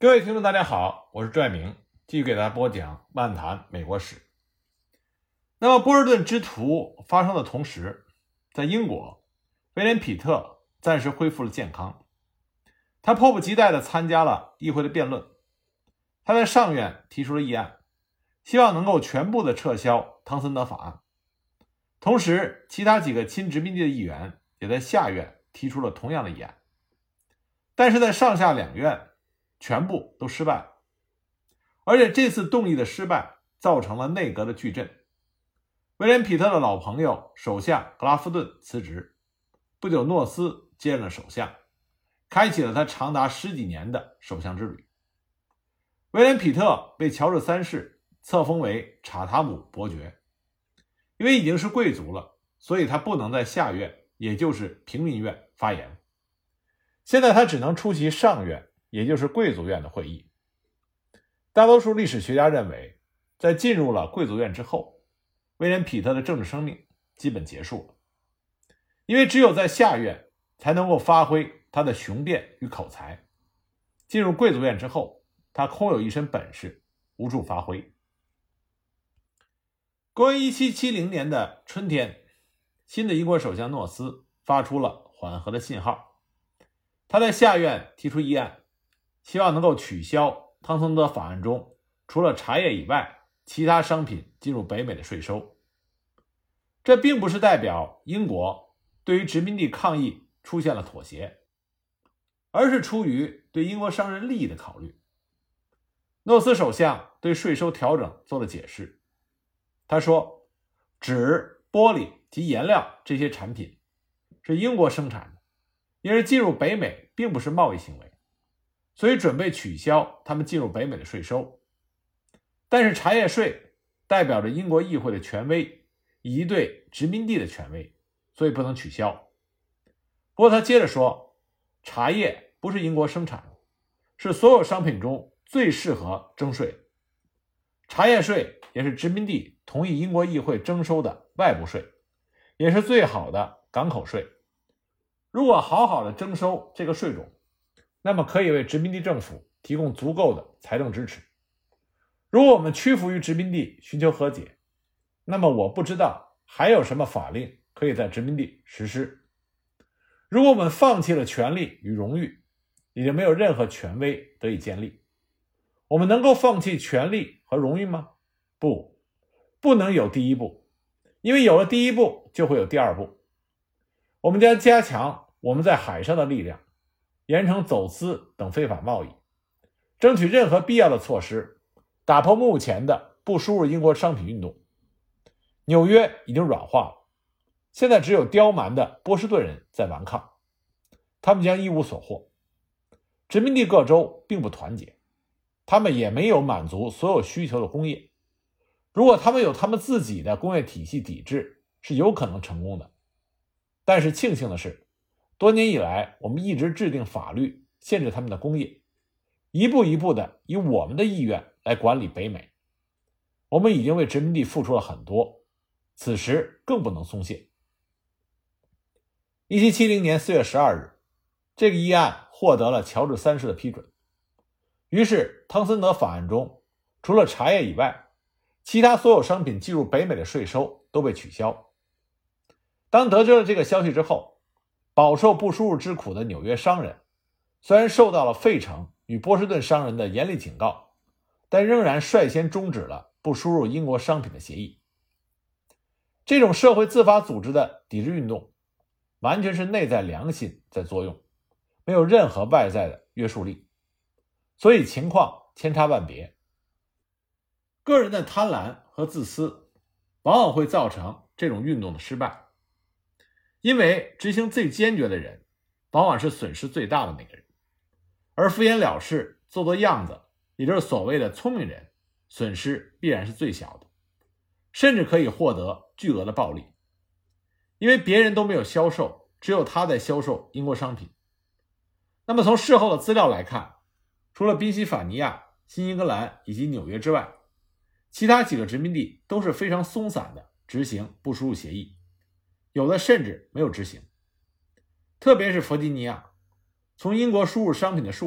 各位听众大家好，我是拽明，继续给大家播讲漫谈美国史。那么波士顿之屠发生的同时，在英国，威廉·彼特暂时恢复了健康，他迫不及待地参加了议会的辩论。他在上院提出了议案，希望能够全部的撤销汤森德法案。同时，其他几个亲殖民地的议员也在下院提出了同样的议案，但是在上下两院全部都失败了。而且这次动议的失败造成了内阁的巨震。威廉·彼特的老朋友首相格拉夫顿辞职，不久诺斯接任了首相，开启了他长达10几年的首相之旅。威廉·彼特被乔治3世册封为查塔姆伯爵，因为已经是贵族了，所以他不能在下院，也就是平民院发言。现在他只能出席上院，也就是贵族院的会议。大多数历史学家认为，在进入了贵族院之后，威廉·彼特的政治生命基本结束了，因为只有在下院才能够发挥他的雄辩与口才。进入贵族院之后，他空有一身本事，无处发挥。公元1770年的春天，新的英国首相诺斯发出了缓和的信号。他在下院提出议案，希望能够取消汤森德法案中除了茶叶以外其他商品进入北美的税收。这并不是代表英国对于殖民地抗议出现了妥协，而是出于对英国商人利益的考虑。诺斯首相对税收调整做了解释，他说，纸、玻璃及颜料这些产品是英国生产的，因而进入北美并不是贸易行为，所以准备取消他们进入北美的税收。但是茶叶税代表着英国议会的权威以及对殖民地的权威，所以不能取消。不过他接着说，茶叶不是英国生产的，是所有商品中最适合征税。茶叶税也是殖民地同意英国议会征收的外部税，也是最好的港口税。如果好好的征收这个税种，那么可以为殖民地政府提供足够的财政支持。如果我们屈服于殖民地寻求和解，那么我不知道还有什么法令可以在殖民地实施。如果我们放弃了权利与荣誉，也就没有任何权威得以建立。我们能够放弃权利和荣誉吗？不能有第一步，因为有了第一步就会有第二步。我们将加强我们在海上的力量，严惩走私等非法贸易，争取任何必要的措施，打破目前的不输入英国商品运动。纽约已经软化了，现在只有刁蛮的波士顿人在顽抗，他们将一无所获。殖民地各州并不团结，他们也没有满足所有需求的工业。如果他们有他们自己的工业体系抵制，是有可能成功的。但是庆幸的是，多年以来我们一直制定法律限制他们的工业，一步一步的以我们的意愿来管理北美。我们已经为殖民地付出了很多，此时更不能松懈。1770年4月12日，这个议案获得了乔治3世的批准。于是汤森德法案中除了茶叶以外，其他所有商品进入北美的税收都被取消。当得知了这个消息之后，饱受不输入之苦的纽约商人虽然受到了费城与波士顿商人的严厉警告，但仍然率先终止了不输入英国商品的协议。这种社会自发组织的抵制运动完全是内在良心在作用，没有任何外在的约束力，所以情况千差万别。个人的贪婪和自私往往会造成这种运动的失败，因为执行最坚决的人往往是损失最大的那个人，而敷衍了事做做样子，也就是所谓的聪明人，损失必然是最小的，甚至可以获得巨额的暴利。因为别人都没有销售，只有他在销售英国商品。那么从事后的资料来看，除了宾夕法尼亚、新英格兰以及纽约之外，其他几个殖民地都是非常松散的执行不输入协议，有的甚至没有执行。特别是弗吉尼亚，从英国输入商品的数量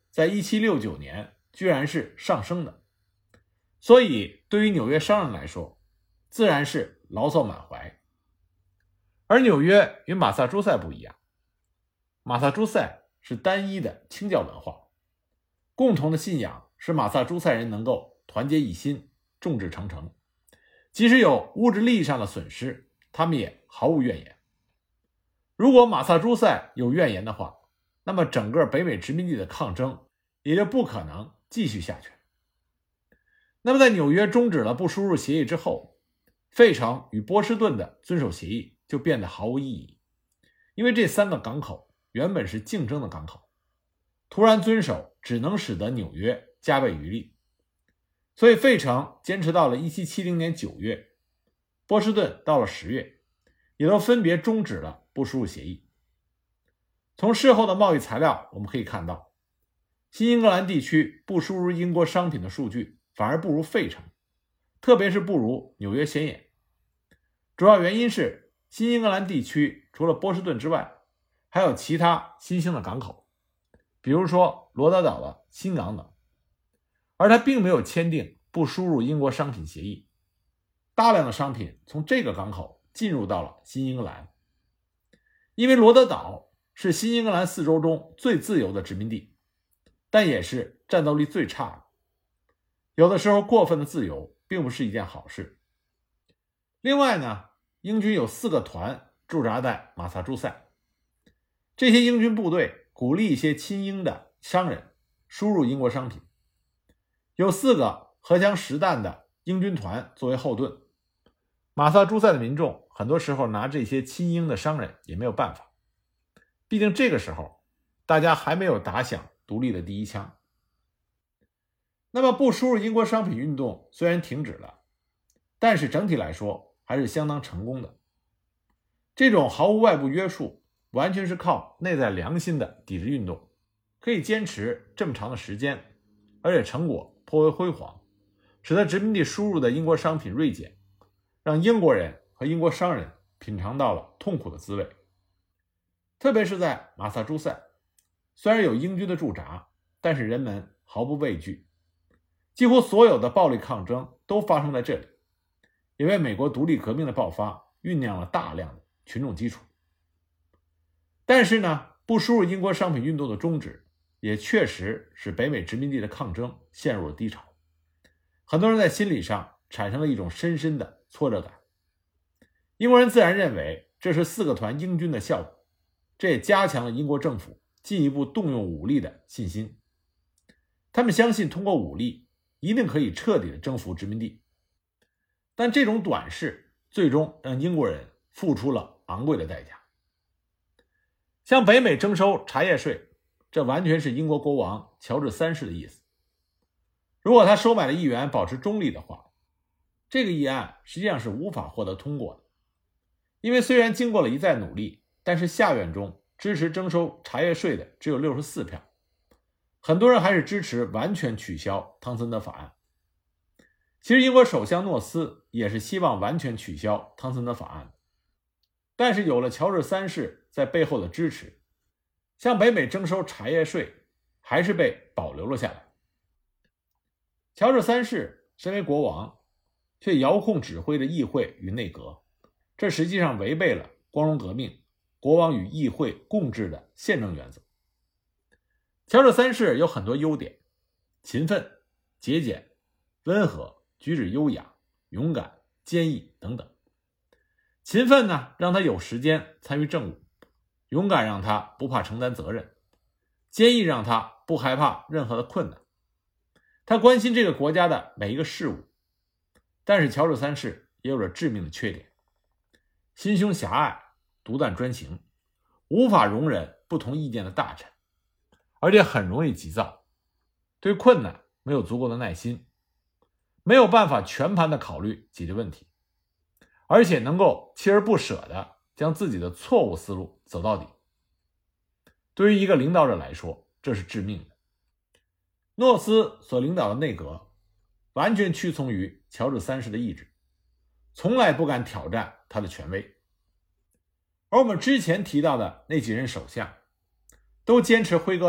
在1769年居然是上升的，所以对于纽约商人来说，自然是牢骚满怀。而纽约与马萨诸塞不一样，马萨诸塞是单一的清教文化，共同的信仰使马萨诸塞人能够团结一心，众志成城，即使有物质利益上的损失，他们也毫无怨言。如果马萨诸塞有怨言的话，那么整个北美殖民地的抗争也就不可能继续下去。那么在纽约终止了不输入协议之后，费城与波士顿的遵守协议就变得毫无意义，因为这3个港口原本是竞争的港口，突然遵守只能使得纽约加倍于利。所以费城坚持到了1770年9月，波士顿到了10月，也都分别终止了不输入协议。从事后的贸易材料我们可以看到，新英格兰地区不输入英国商品的数据反而不如费城，特别是不如纽约显眼。主要原因是新英格兰地区除了波士顿之外，还有其他新兴的港口，比如说罗德岛的新港等，而它并没有签订不输入英国商品协议，大量的商品从这个港口进入到了新英格兰。因为罗德岛是新英格兰4州中最自由的殖民地，但也是战斗力最差的。有的时候过分的自由并不是一件好事。另外呢，英军有4个团驻扎在马萨诸塞，这些英军部队鼓励一些亲英的商人输入英国商品，有4个荷枪实弹的英军团作为后盾。马萨诸塞的民众很多时候拿这些亲英的商人也没有办法，毕竟这个时候大家还没有打响独立的第一枪。那么不输入英国商品运动虽然停止了，但是整体来说还是相当成功的。这种毫无外部约束，完全是靠内在良心的抵制运动，可以坚持这么长的时间，而且成果颇为辉煌，使得殖民地输入的英国商品锐减，让英国人和英国商人品尝到了痛苦的滋味。特别是在马萨诸塞，虽然有英军的驻扎，但是人们毫不畏惧，几乎所有的暴力抗争都发生在这里，也为美国独立革命的爆发酝酿了大量的群众基础。但是呢，不输入英国商品运动的终止，也确实使北美殖民地的抗争陷入了低潮。很多人在心理上产生了一种深深的挫折感。英国人自然认为这是4个团英军的效果，这也加强了英国政府进一步动用武力的信心。他们相信通过武力一定可以彻底的征服殖民地，但这种短视最终让英国人付出了昂贵的代价。向北美征收茶叶税，这完全是英国国王乔治3世的意思。如果他收买的议员保持中立的话，这个议案实际上是无法获得通过的。因为虽然经过了一再努力，但是下院中支持征收茶叶税的只有64票，很多人还是支持完全取消汤森德法案。其实英国首相诺斯也是希望完全取消汤森德法案，但是有了乔治3世在背后的支持，向北美征收茶叶税还是被保留了下来。乔治3世身为国王，却遥控指挥着议会与内阁，这实际上违背了光荣革命国王与议会共治的宪政原则。乔治3世有很多优点，勤奋、节俭、温和、举止优雅、勇敢、坚毅等等。勤奋呢，让他有时间参与政务；勇敢让他不怕承担责任；坚毅让他不害怕任何的困难。他关心这个国家的每一个事物。但是乔治3世也有着致命的缺点，心胸狭隘，独断专行，无法容忍不同意见的大臣，而且很容易急躁，对困难没有足够的耐心，没有办法全盘的考虑解决问题，而且能够锲而不舍地将自己的错误思路走到底。对于一个领导者来说，这是致命的。诺斯所领导的内阁完全屈从于乔治3世的意志，从来不敢挑战他的权威。而我们之前提到的那几任首相，都坚持辉格党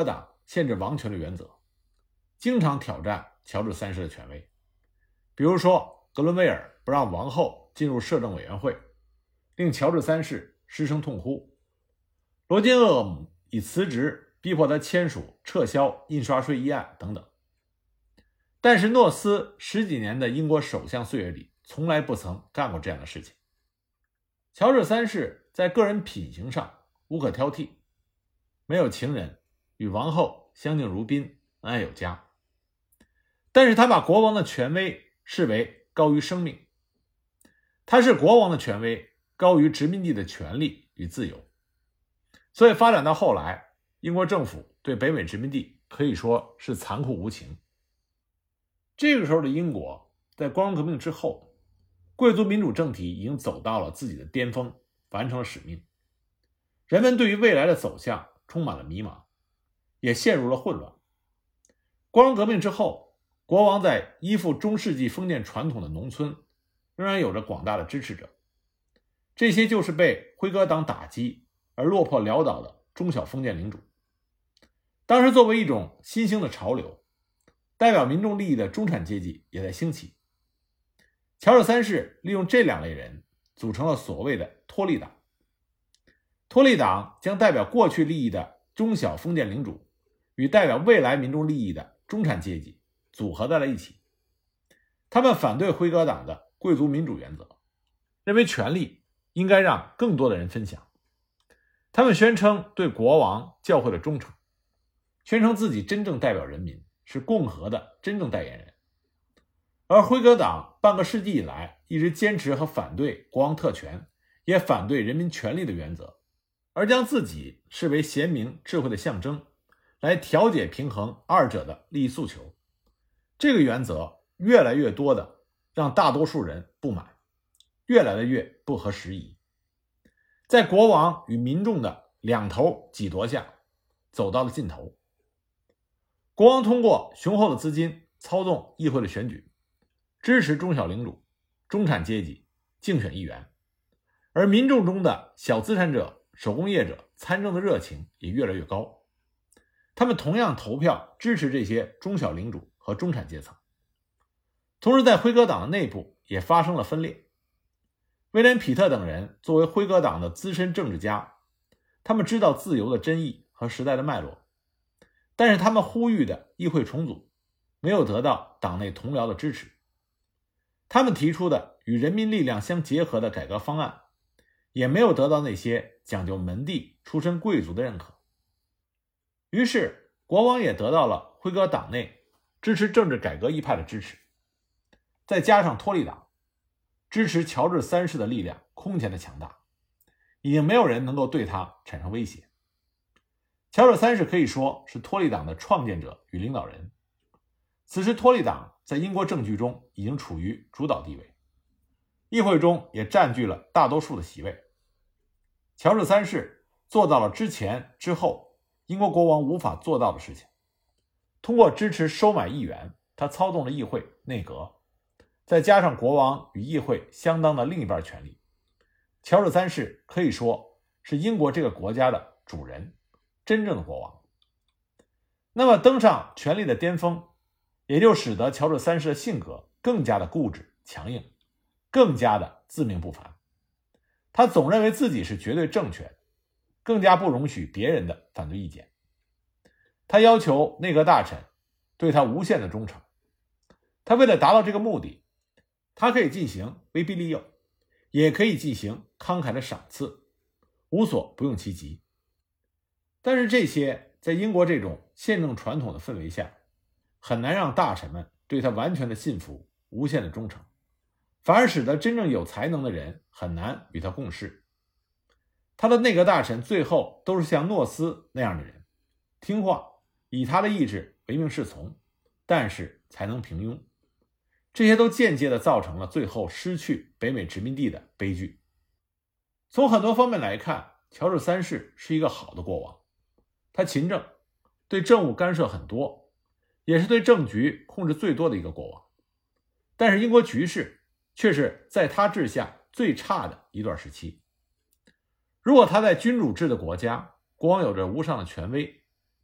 限制王权的原则，经常挑战乔治三世的权威。比如说，格伦威尔不让王后进入摄政委员会，令乔治三世失声痛哭。罗金厄姆以辞职逼迫他签署撤销印刷税议案等等。但是诺斯10几年的英国首相岁月里，从来不曾干过这样的事情。乔治三世在个人品行上无可挑剔，没有情人，与王后相敬如宾，恩爱有加。但是他把国王的权威视为高于生命，他视国王的权威高于殖民地的权利与自由。所以发展到后来，英国政府对北美殖民地可以说是残酷无情。这个时候的英国，在光荣革命之后，贵族民主政体已经走到了自己的巅峰，完成了使命。人们对于未来的走向充满了迷茫，也陷入了混乱。光荣革命之后，国王在依附中世纪封建传统的农村仍然有着广大的支持者，这些就是被辉格党打击而落魄潦倒的中小封建领主。当时作为一种新兴的潮流，代表民众利益的中产阶级也在兴起。乔治三世利用这两类人组成了所谓的托利党。托利党将代表过去利益的中小封建领主与代表未来民众利益的中产阶级组合在了一起。他们反对辉格党的贵族民主原则，认为权力应该让更多的人分享。他们宣称对国王教会的忠诚，宣称自己真正代表人民，是共和的真正代言人。而辉格党半个世纪以来一直坚持和反对国王特权，也反对人民权利的原则，而将自己视为贤明智慧的象征，来调节平衡二者的利益诉求。这个原则越来越多的让大多数人不满，越来越不合时宜。在国王与民众的两头挤夺下，走到了尽头。国王通过雄厚的资金操纵议会的选举，支持中小领主、中产阶级竞选议员，而民众中的小资产者、手工业者参政的热情也越来越高。他们同样投票支持这些中小领主和中产阶层。同时在辉格党的内部也发生了分裂。威廉·皮特等人作为辉格党的资深政治家，他们知道自由的真意和时代的脉络，但是他们呼吁的议会重组没有得到党内同僚的支持。他们提出的与人民力量相结合的改革方案也没有得到那些讲究门第出身贵族的认可。于是国王也得到了辉格党内支持政治改革一派的支持，再加上托利党支持乔治三世的力量空前的强大，已经没有人能够对他产生威胁。乔治三世可以说是托利党的创建者与领导人。此时托利党在英国政局中已经处于主导地位，议会中也占据了大多数的席位。乔治三世做到了之前之后英国国王无法做到的事情。通过支持收买议员，他操纵了议会、内阁，再加上国王与议会相当的另一半权力，乔治三世可以说是英国这个国家的主人，真正的国王。那么登上权力的巅峰，也就使得乔治三世的性格更加的固执强硬，更加的自命不凡。他总认为自己是绝对正确的，更加不容许别人的反对意见。他要求内阁大臣对他无限的忠诚。他为了达到这个目的，他可以进行威逼利诱，也可以进行慷慨的赏赐，无所不用其极。但是这些在英国这种宪政传统的氛围下，很难让大臣们对他完全的信服，无限的忠诚，反而使得真正有才能的人很难与他共事。他的内阁大臣最后都是像诺斯那样的人，听话，以他的意志唯命是从，但是才能平庸。这些都间接地造成了最后失去北美殖民地的悲剧。从很多方面来看，乔治三世是一个好的国王。他勤政，对政务干涉很多，也是对政局控制最多的一个国王。但是英国局势却是在他治下最差的一段时期。如果他在君主制的国家，国王有着无上的权威，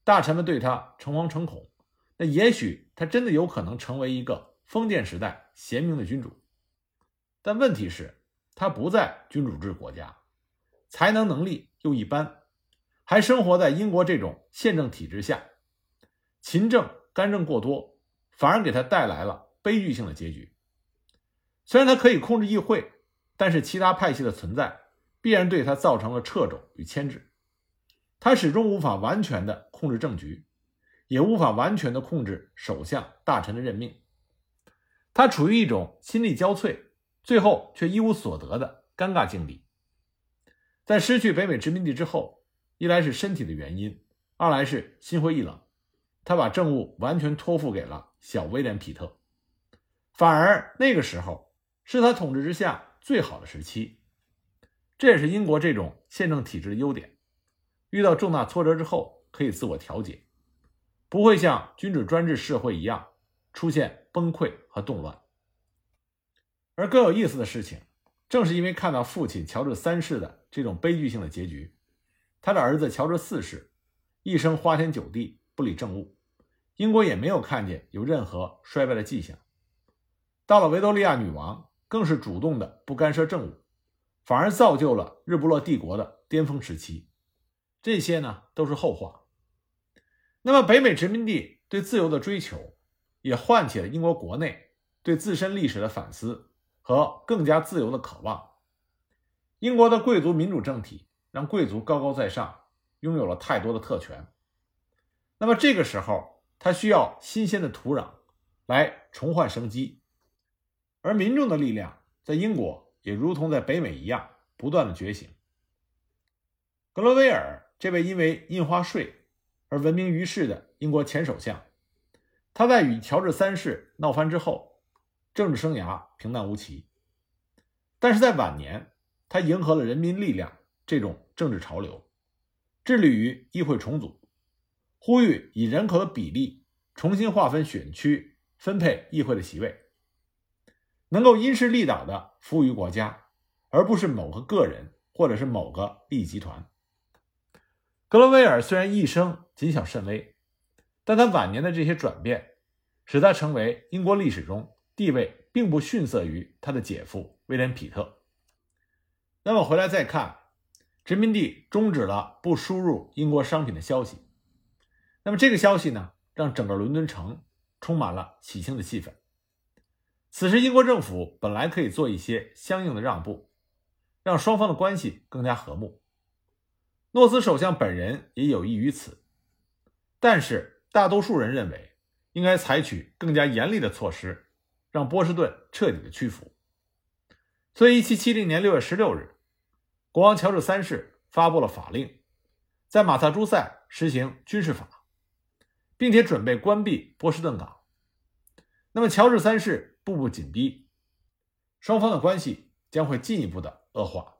大臣们对他诚惶诚恐，那也许他真的有可能成为一个封建时代贤明的君主。但问题是，他不在君主制国家，才能力又一般，还生活在英国这种宪政体制下，勤政干政过多，反而给他带来了悲剧性的结局。虽然他可以控制议会，但是其他派系的存在必然对他造成了掣肘与牵制，他始终无法完全的控制政局，也无法完全的控制首相大臣的任命。他处于一种心力交瘁，最后却一无所得的尴尬境地。在失去北美殖民地之后，一来是身体的原因，二来是心灰意冷，他把政务完全托付给了小威廉·皮特。反而那个时候是他统治之下最好的时期。这也是英国这种宪政体制的优点，遇到重大挫折之后可以自我调节，不会像君主专制社会一样出现崩溃和动乱。而更有意思的事情，正是因为看到父亲乔治三世的这种悲剧性的结局，他的儿子乔治四世一生花天酒地，不理政务，英国也没有看见有任何衰败的迹象。到了维多利亚女王，更是主动的不干涉政务，反而造就了日不落帝国的巅峰时期。这些呢都是后话。那么北美殖民地对自由的追求，也唤起了英国国内对自身历史的反思和更加自由的渴望。英国的贵族民主政体让贵族高高在上，拥有了太多的特权。那么这个时候，他需要新鲜的土壤来重焕生机。而民众的力量在英国也如同在北美一样不断的觉醒。格罗威尔这位因为印花税而闻名于世的英国前首相，他在与乔治三世闹翻之后，政治生涯平淡无奇。但是在晚年，他迎合了人民力量这种政治潮流，致力于议会重组，呼吁以人口的比例重新划分选区，分配议会的席位，能够因势利导地服务于国家，而不是某个个人或者是某个利益集团。格罗威尔虽然一生谨小慎微，但他晚年的这些转变使他成为英国历史中地位并不逊色于他的姐夫威廉·皮特。那么回来再看，殖民地终止了不输入英国商品的消息。那么这个消息呢，让整个伦敦城充满了喜庆的气氛。此时英国政府本来可以做一些相应的让步，让双方的关系更加和睦。诺斯首相本人也有意于此，但是大多数人认为应该采取更加严厉的措施，让波士顿彻底的屈服。所以1770年6月16日，国王乔治三世发布了法令，在马萨诸塞实行军事法，并且准备关闭波士顿港。那么乔治三世步步紧逼，双方的关系将会进一步的恶化。